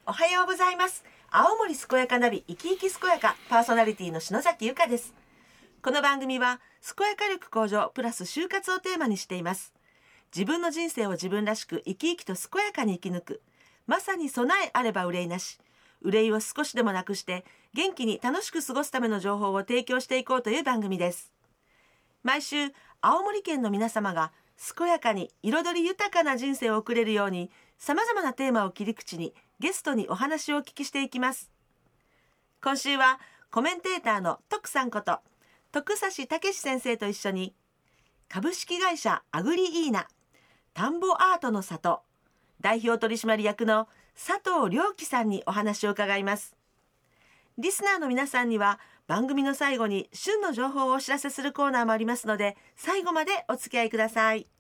おはようございます。青森健やかナビ、生き生き健やか、パーソナリティの篠崎由香です。この番組は健やか力向上プラス就活をテーマにしています。自分の人生を自分らしく生き生きと健やかに生き抜く、まさに備えあれば憂いなし、憂いを少しでもなくして元気に楽しく過ごすための情報を提供していこうという番組です。毎週青森県の皆様が健やかに彩り豊かな人生を送れるように、さまざまなテーマを切り口にゲストにお話をお聞きしていきます。今週はコメンテーターの徳さんこと徳指武先生と一緒に、株式会社アグリイーナ田んぼアートの里代表取締役の佐藤良樹さんにお話を伺います。リスナーの皆さんには番組の最後に旬の情報をお知らせするコーナーもありますので、最後までお付き合いください。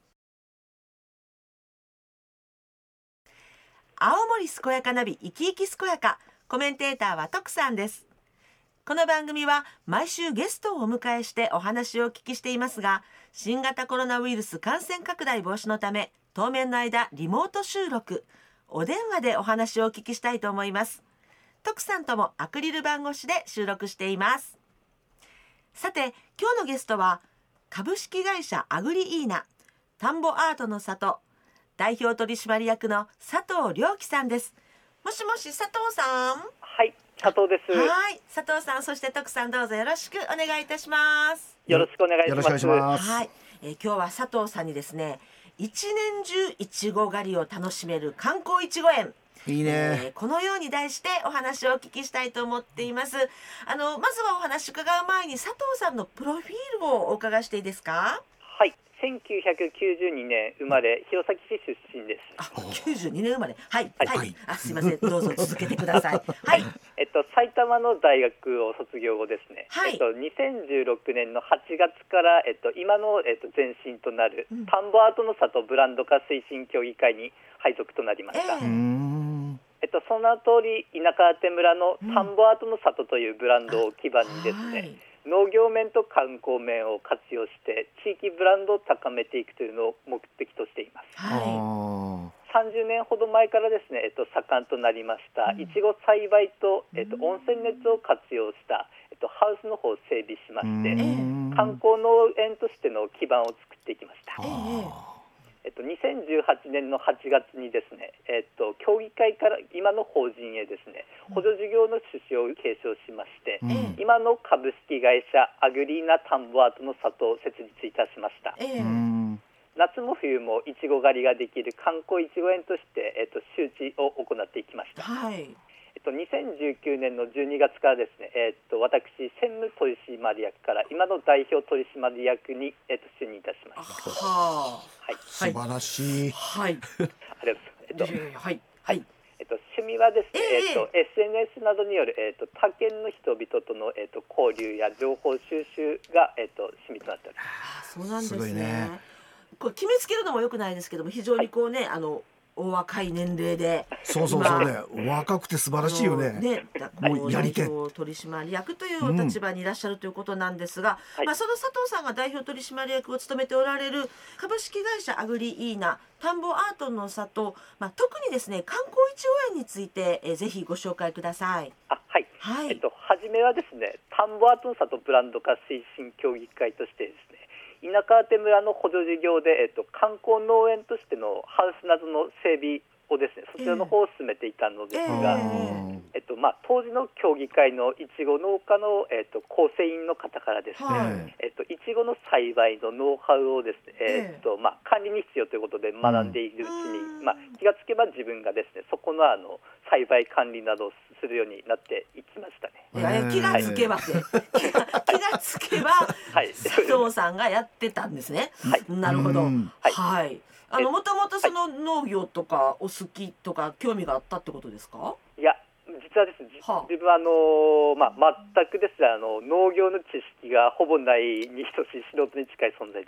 青森健やかナビ、生き生き健やか、コメンテーターは徳さんです。この番組は毎週ゲストをお迎えしてお話をお聞きしていますが、新型コロナウイルス感染拡大防止のため当面の間リモート収録、お電話でお話をお聞きしたいと思います。徳さんともアクリル板越しで収録しています。さて、今日のゲストは株式会社アグリイーナ田んぼアートの里代表取締役の佐藤良樹さんです。もしもし、佐藤さん。 はい、佐藤です。 はい、佐藤さん、そして徳さん、どうぞよろしくお願いいたします。 よろしくお願いします。 よろしくお願いします。 はい、今日は佐藤さんにですね、一年中いちご狩りを楽しめる観光いちご園、 いいね、 このように題してお話をお聞きしたいと思っています。まずはお話伺う前に佐藤さんのプロフィールをお伺いしていいですか？ はい、1992年生まれ、弘前市出身です。 92年生まれ。はい、 はいはい、すいません、どうぞ続けてください。はい。 埼玉の大学を卒業後ですね、 はい、 2016年の8月から、今の、前身となる、田んぼアートの里ブランド化推進協議会に配属となりました。その通り、田舎館村の田んぼアートの里というブランドを基盤にですね、農業面と観光面を活用して地域ブランドを高めていくというのを目的としています。30年ほど前からですね、盛んとなりましたいちご栽培と、温泉熱を活用した、ハウスの方を整備しまして、観光農園としての基盤を作っていきました。2018年の8月にですね、協議会から今の法人へですね、補助事業の趣旨を継承しまして、今の株式会社アグリーナ田んぼアートの里を設立いたしました。夏も冬もいちご狩りができる観光いちご園として、周知を行っていきました。2019年の12月からですね、私専務取締役から今の代表取締役に、就任いたしました。 素晴らしい。 ありがとうございます。趣味はですね、SNS などによる、他県の人々との、交流や情報収集が、趣味となっております。 そうなんですね。これ決めつけるのも良くないですけども、非常にこうね、お若い年齢で、 そうね、若くて素晴らしいよね。 もうやり手取締役というお立場にいらっしゃるということなんですが、その佐藤さんが代表取締役を務めておられる株式会社アグリイーナ田んぼアートの里、特にですね、観光いちご園について、ぜひご紹介ください。はじめはですね、田んぼアートの里ブランド化推進協議会としてですね、田舎館村の補助事業で、観光農園としてのハウスなどの整備をですね、そちらの方を進めていたのですが、当時の協議会のいちご農家の、構成員の方からですね、いちごの栽培のノウハウをですね、管理に必要ということで学んでいるうちに、気がつけば自分がですね、そこの栽培管理などをするようになっていきましたね。 気がつけば佐藤さんがやってたんですね。なるほど。もともとその農業とかお好きとか興味があったってことですか？ いや、実はですね、自分は全くですね、農業の知識がほぼないに等しい素人に近い存在です。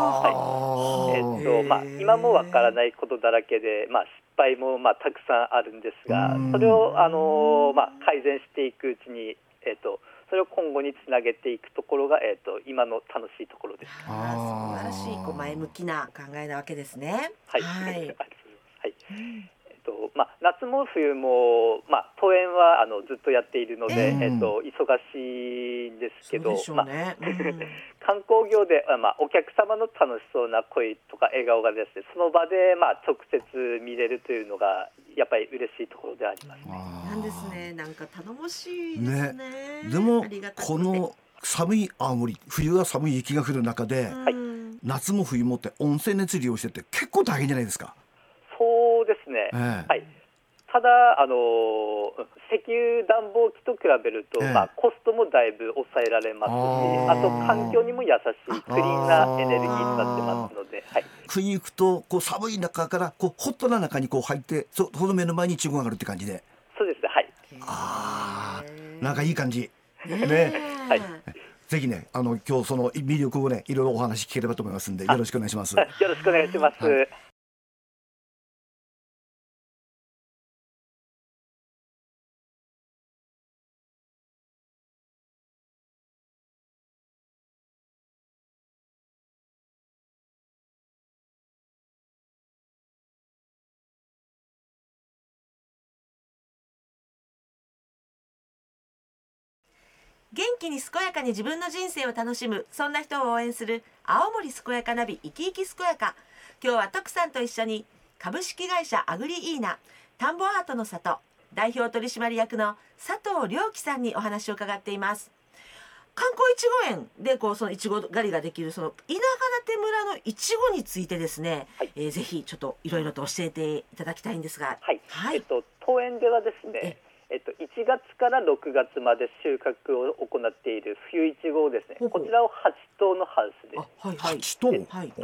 今もわからないことだらけで、失敗もたくさんあるんですが、それを改善していくうちに、それを今後につなげていくところが、今の楽しいところです。 素晴らしい前向きな考えなわけですね。 夏も冬も、登園はずっとやっているので、忙しいんですけど、観光業で、お客様の楽しそうな声とか笑顔がですね、その場で、直接見れるというのがやっぱり嬉しいところでありますね。 なんですね。なんか頼もしいですね。 でもこの寒い青森、冬は寒い雪が降る中で、夏も冬もって温泉熱利用してて結構大変じゃないですか。 そうですね、ただ石油暖房機と比べると、コストもだいぶ抑えられますし、あと環境にも優しいクリーンなエネルギーになってますので、 冬行くとこう寒い中からこうホットな中にこう入って、その目の前にイチゴがあるって感じで。 そうですね。 なんかいい感じね。ぜひね、今日その魅力をね、いろいろお話聞ければと思いますんで、よろしくお願いします。 よろしくお願いします。 元気に健やかに自分の人生を楽しむ、そんな人を応援する青森健やかナビ、生き生き健やか。今日は徳さんと一緒に株式会社アグリイーナ田んぼアートの里代表取締役の佐藤良樹さんにお話を伺っています。観光いちご園でそのいちご狩りができるその稲ヶ舘村のいちごについてですね、ぜひちょっといろいろと教えていただきたいんですが、 当園ではですね、1月から6月まで収穫を行っている冬いちごをですね、こちらを8棟のハウスで、 8棟、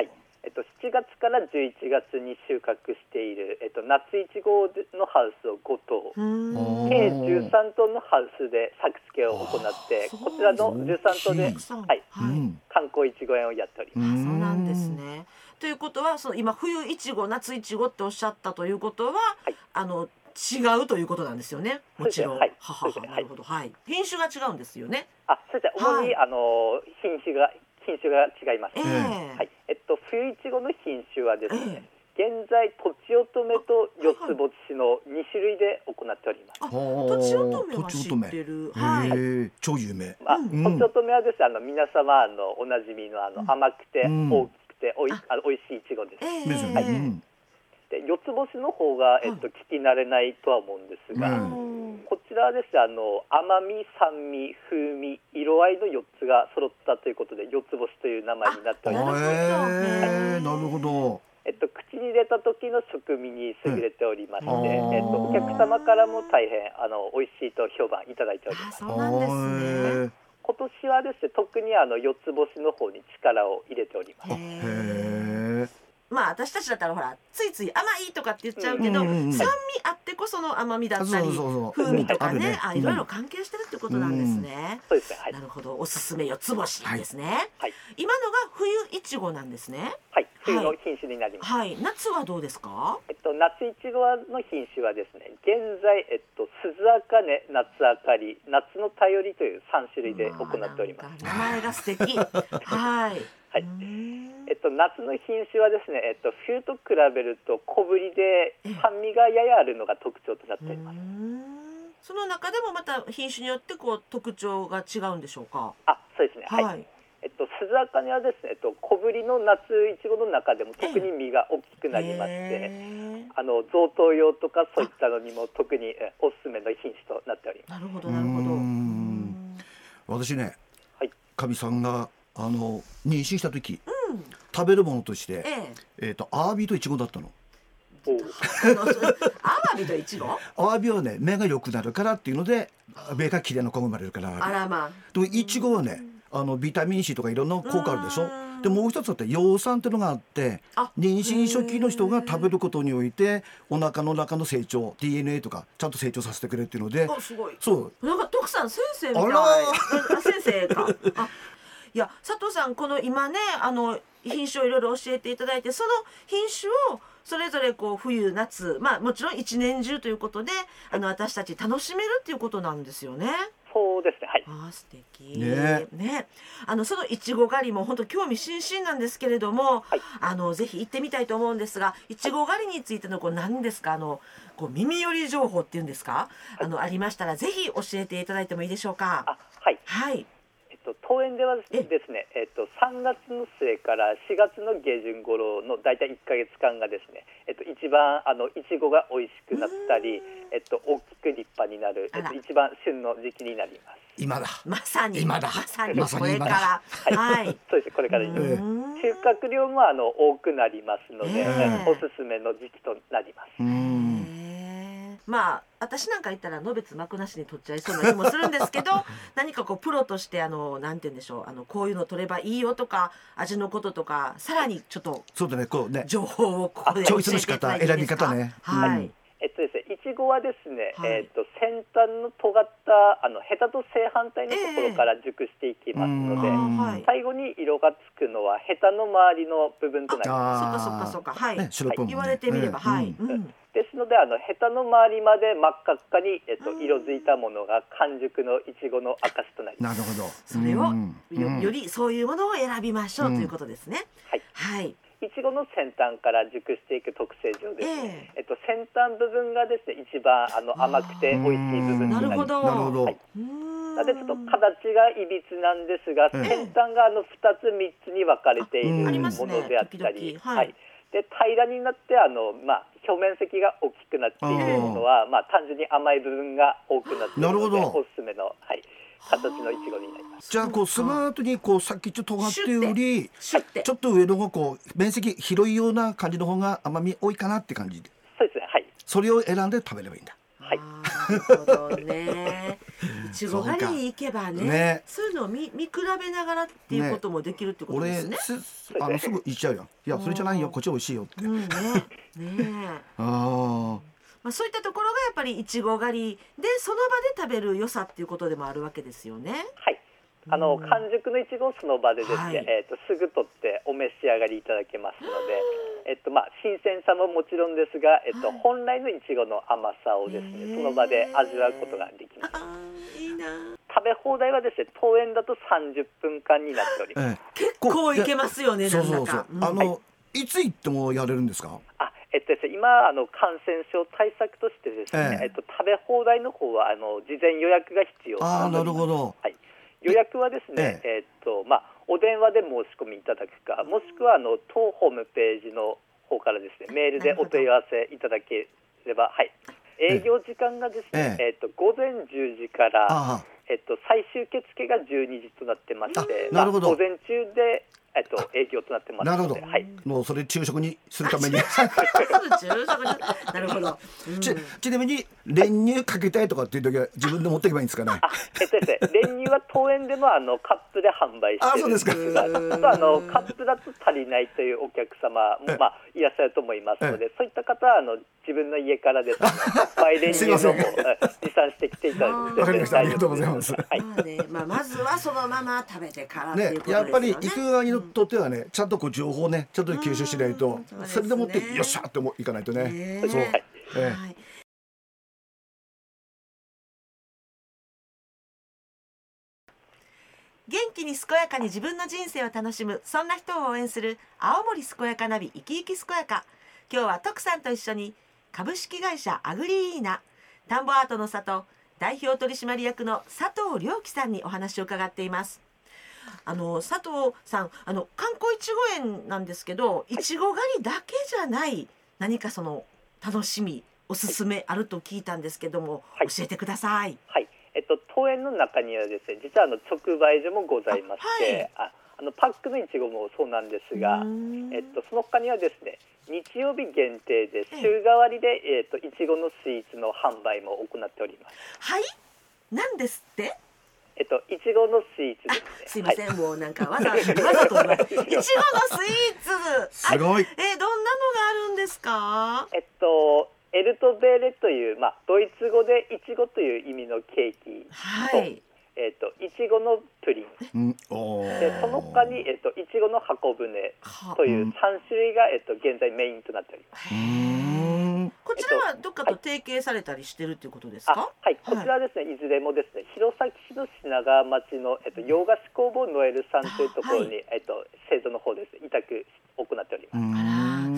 7月から11月に収穫している、夏いちごのハウスを5棟、計13棟のハウスで作付けを行って、こちらの13棟で、観光いちご園をやっております。 そうなんですね。ということは、その今冬いちご夏いちごっておっしゃったということは、違うということなんですよね。もちろん。なるほど。品種が違うんですよね。 そうですね。主に品種が違います。冬いちごの品種はですね、現在とちおとめと四つぼちの2種類で行っております。 とちおとめは知ってる。 超有名。 とちおとめはですね、皆様おなじみの甘くて大きくておいしいいちごです。で四つ星の方が、聞き慣れないとは思うんですが、こちらはですね、甘み、酸味、風味、色合いの4つが揃ったということで四つ星という名前になっております。 なるほど。 口に入れた時の食味に優れておりまして、お客様からも大変美味しいと評判いただいております。 そうなんですね。 今年はですね、特に四つ星の方に力を入れております。 私たちだったらほらついつい甘いとかって言っちゃうけど、酸味あってこその甘みだったり風味とかね、いろいろ関係してるってことなんですね。 そうですね。 なるほど。おすすめ四つ星ですね。今のが冬いちごなんですね。 冬の品種になります。 夏はどうですか？ 夏いちごの品種はですね、現在鈴茜、夏あかり、夏の便りという3種類で行っております。 名前が素敵。 夏の品種はですね、冬と比べると小ぶりで酸味がややあるのが特徴となっております。 その中でもまた品種によって特徴が違うんでしょうか？ そうですね。鈴茜はですね、小ぶりの夏いちごの中でも特に実が大きくなりまして、贈答用とかそういったのにも特におすすめの品種となっております。 なるほどなるほど。 私ね、かみさんが妊娠した時、食べるものとして、アワビとイチゴだったの。 アワビとイチゴ？ アワビはね、目が良くなるからっていうので、目が綺麗な子が生まれるから。でイチゴはね、ビタミン C とかいろんな効果あるでしょ。でもう一つあって葉酸っていうのがあって、妊娠初期の人が食べることにおいてお腹の中の成長 DNA とかちゃんと成長させてくれるっていうので、 すごい。 そう。 なんか徳さん先生みたい。先生か。いや佐藤さん、この今ね品種をいろいろ教えていただいて、その品種をそれぞれ冬夏、もちろん一年中ということで私たち楽しめるっていうことなんですよね。 そうですね、はい。 素敵ね。そのいちご狩りも本当興味津々なんですけれども、はい、ぜひ行ってみたいと思うんですが、いちご狩りについての何ですか、耳寄り情報っていうんですか、はい、ありましたらぜひ教えていただいてもいいでしょうか。 はい、 はい。 当園ではですね、3月の末から4月の下旬頃のだいたい1ヶ月間がですね、一番いちごが美味しくなったり、大きく立派になる、一番旬の時期になります。 今だ。 まさに今だ。 まさにこれから。 はい。そうです。これから収穫量も多くなりますので、おすすめの時期となります。 まあ私なんか言ったらのべつ幕なしに取っちゃいそうな気もするんですけど何かプロとしてなんて言うんでしょう、こういうの取ればいいよとか味のこととかさらにちょっとそうだね、こうね、 情報をここでチョイスの仕方、選び方ね。 はい。 ですね、いちごはですね、先端の尖ったヘタと正反対のところから熟していきますので、最後に色がつくのはヘタの周りの部分となります。そうか、はい、言われてみれば、はい。 ですのでヘタの周りまで真っ赤っかに、色づいたものが完熟のいちごの証となります。 なるほど。 それをよりそういうものを選びましょうということですね。はい。 いちごの先端から熟していく特性上ですね、先端部分がですね一番甘くて美味しい部分になります。 なるほど。 はい。なのでちょっと形がいびつなんですが、先端が2つ3つに分かれているものであったり、はい。で平らになって表面積が大きくなっているものは単純に甘い部分が多くなっているのでおすすめの、はい、形のいちごになります。 じゃあスマートにさっきちょっと尖ってよりちょっと上の方面積広いような感じの方が甘み多いかなって感じで。 そうですね、はい。 それを選んで食べればいいんだ。 はい。 なるほどね。いちご狩りに行けばね、そういうのを見比べながらっていうこともできるってことですね。 俺すぐ言っちゃうよ。いやそれじゃないよ、こっち美味しいよって。 そういったところがやっぱりいちご狩りでその場で食べる良さっていうことでもあるわけですよね。 はい。完熟のいちごをその場でですね、すぐ取ってお召し上がりいただけますので、新鮮さももちろんですが、本来のいちごの甘さをですねその場で味わうことができます。 いいな。 食べ放題はですね当園だと30分間になっております。 結構いけますよね。 そういつ行ってもやれるんですか？ 今感染症対策としてですね、食べ放題の方は事前予約が必要です。 なるほど。 はい。予約はですね、お電話で申し込みいただくか、もしくは当ホームページの方からですねメールでお問い合わせいただければ、はい。営業時間がですね、午前10時から最終受付が12時となってまして、午前中で営業となってますので、はい、 もうそれ昼食にするためになるほど。 ちなみに練乳かけたいとかっていう時は自分で持っていけばいいんですかね。 練乳は当園でもカップで販売しているんですが、カップだと足りないというお客様もいらっしゃると思いますので、そういった方は自分の家からですねマイ練乳の方を持参してきていただいて。 わかりました。ありがとうございます。 まずはそのまま食べてからっていうことですよね。 やっぱり行く側にとってはね、ちゃんと情報をねちゃんと吸収しないと、それでもってよっしゃっていかないとね。そう。 元気に健やかに自分の人生を楽しむ、そんな人を応援する青森健やかナビ、生き生き健やか。今日は徳さんと一緒に株式会社アグリーナ田んぼアートの里代表取締役の佐藤良樹さんにお話を伺っています。佐藤さん、観光いちご園なんですけど、いちご狩りだけじゃない何かその楽しみ、おすすめあると聞いたんですけども、教えてください。 はい。当園の中にはですね、実は直売所もございまして、パックのいちごもそうなんですが、その他にはですね、日曜日限定で週替わりでいちごのスイーツの販売も行っております。 はい。なんですって？ いちごのスイーツですね。 すいません、もうなんかわざといちごのスイーツ。 すごい。 どんなのがあるんですか？ エルトベーレという、ドイツ語でいちごという意味のケーキと、 いちごのプリン、でその他にいちごの箱舟という3種類が現在メインとなっております。 こちらはどっかと提携されたりしてるということですか？ はい、こちらはですね、いずれもですね、弘前市の品川町の洋菓子工房ノエルさんというところに製造の方ですね、委託行っております。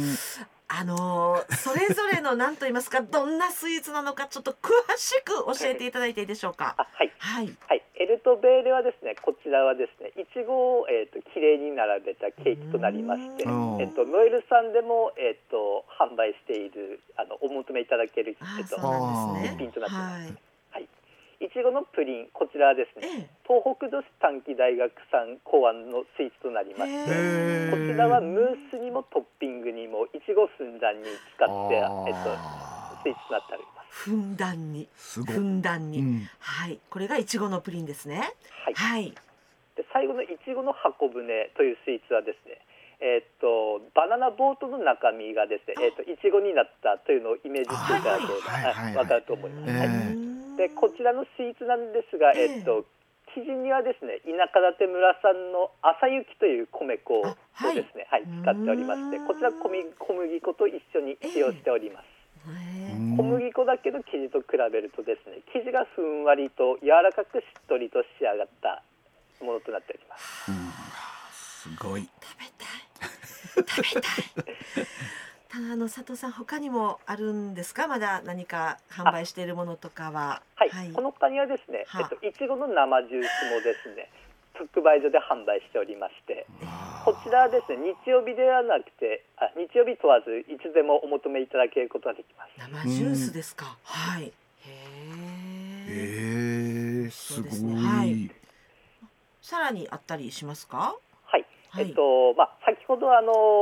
それぞれの何と言いますか、どんなスイーツなのかちょっと詳しく教えていただいていいでしょうか？ はい、エルトベーレはですね、こちらはですね、いちごをきれいに並べたケーキとなりまして、ノエルさんでも販売しているお求めいただける一品となっています。いちごのプリン、こちらはですね、東北女子短期大学さん考案のスイーツとなりまして、こちらはムースにもトッピングにもいちごふんだんに使ってスイーツとなっております。 ふんだんに、はい、これがいちごのプリンですね。 で最後のいちごの箱舟というスイーツはですね、バナナボートの中身がですね、いちごになったというのをイメージしていただければ分かると思います。でこちらのスイーツなんですが、生地にはですね、田舎館村産の朝雪という米粉をですね、使っておりまして、こちら小麦粉と一緒に使用しております。小麦粉だけの生地と比べるとですね、生地がふんわりと柔らかくしっとりと仕上がったものとなっております。 すごい。 食べたい。ただ佐藤さん、他にもあるんですか？まだ何か販売しているものとかは？ この他にはですね、いちごの生ジュースもですね、特売所で販売しておりまして、こちらはですね、日曜日ではなくて日曜日問わずいつでもお求めいただけることができます。 生ジュースですか？ すごい。 さらにあったりしますか？ 先ほど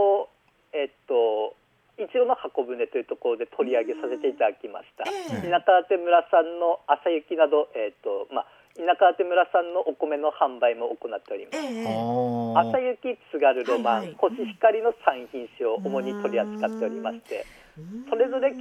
いちごの箱舟というところで取り上げさせていただきました、田舎館村産の朝雪など、田舎館村産のお米の販売も行っております。朝雪、津軽ロマン、コシヒカリの3品種を主に取り扱っておりまして、それぞれ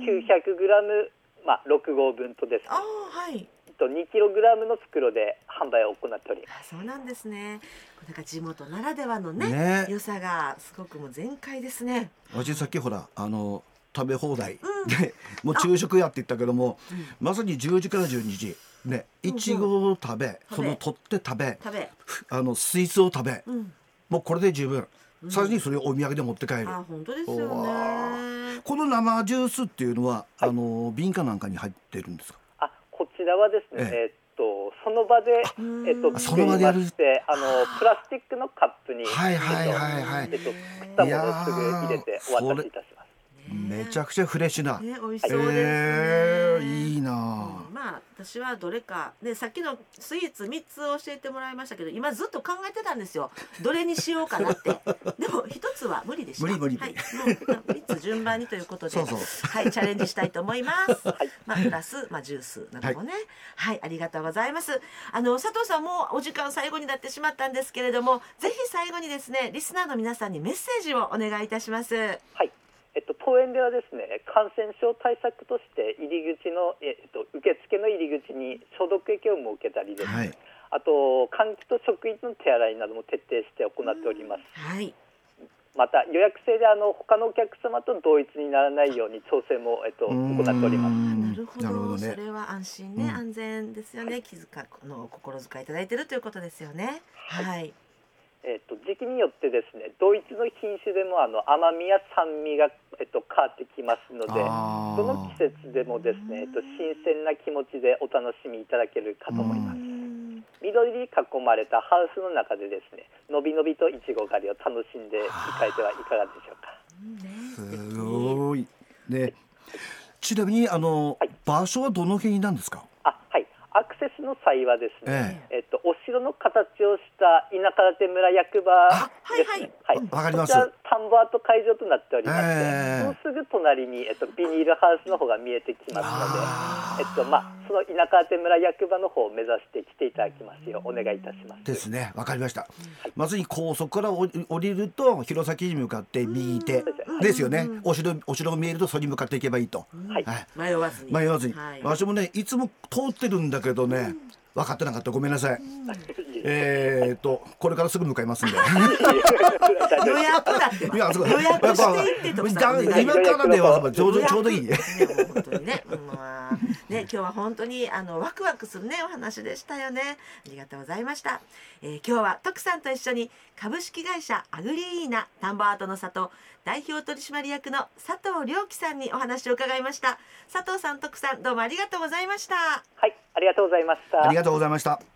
900g、6合分とですね、2kg の袋で販売を行っております。 そうなんですね。なんか地元ならではのね、良さがすごくもう全開ですね。 私さっきほら食べ放題で、もう昼食やって言ったけども、まさに10時から12時ね、いちごを食べ、その取って食べ、スイーツを食べ、もうこれで十分。さらにそれをお土産で持って帰る。 本当ですよね。 この生ジュースっていうのは瓶かなんかに入ってるんですか？ こちらはですね、その場でその場でやる。 プラスチックのカップに作ったものをすぐ入れてお渡しいたします。 めちゃくちゃフレッシュな。 美味しそうですね。 いいな。 私はどれかね、さっきのスイーツ3つ教えてもらいましたけど、今ずっと考えてたんですよ。どれにしようかなって。でも1つは無理でした。 無理。 もう3つ順番にということで、チャレンジしたいと思います。プラスジュースなどもね。ありがとうございます。佐藤さんもお時間最後になってしまったんですけれども、ぜひ最後にですね、リスナーの皆さんにメッセージをお願いいたします。 当園ではですね、感染症対策として入り口の、受付の入り口に消毒液を設けたりですね、あと換気と職員の手洗いなども徹底して行っております。また予約制で他のお客様と同一にならないように調整も、行っております。 なるほど、それは安心ね、安全ですよね。心遣いいただいているということですよね。 時期によってですね、同一の品種でも甘みや酸味が、変わってきますので、どの季節でもですね、新鮮な気持ちでお楽しみいただけるかと思います。緑に囲まれたハウスの中でですね、のびのびといちご狩りを楽しんでいかれてはいかがでしょうか。 すごいね。ちなみに場所はどの辺なんですか？ アクセスの際はですね、お城の形をした田舎館村役場ですね。 わかります。 こちら田んぼアート会場となっておりまして、そのすぐ隣にビニールハウスの方が見えてきますので、その田舎館村役場の方を目指して来ていただきますようお願いいたします。 ですね。わかりました。まずに高速から降りると弘前に向かって右手ですよね。お城が見えるとそれに向かっていけばいいと。 迷わずに。 私もね、いつも通ってるんだけどね、 分かってなかった、ごめんなさい。これからすぐ向かいますんで。 予約だって。予約していってとか。 今からではちょうどいい。 本当にね。ね、今日は本当にワクワクするねお話でしたよね。ありがとうございました。今日は徳さんと一緒に株式会社アグリーナ田んぼアートの里代表取締役の佐藤良樹さんにお話を伺いました。佐藤さん、徳さん、どうもありがとうございました。 はい、ありがとうございました。 ありがとうございました。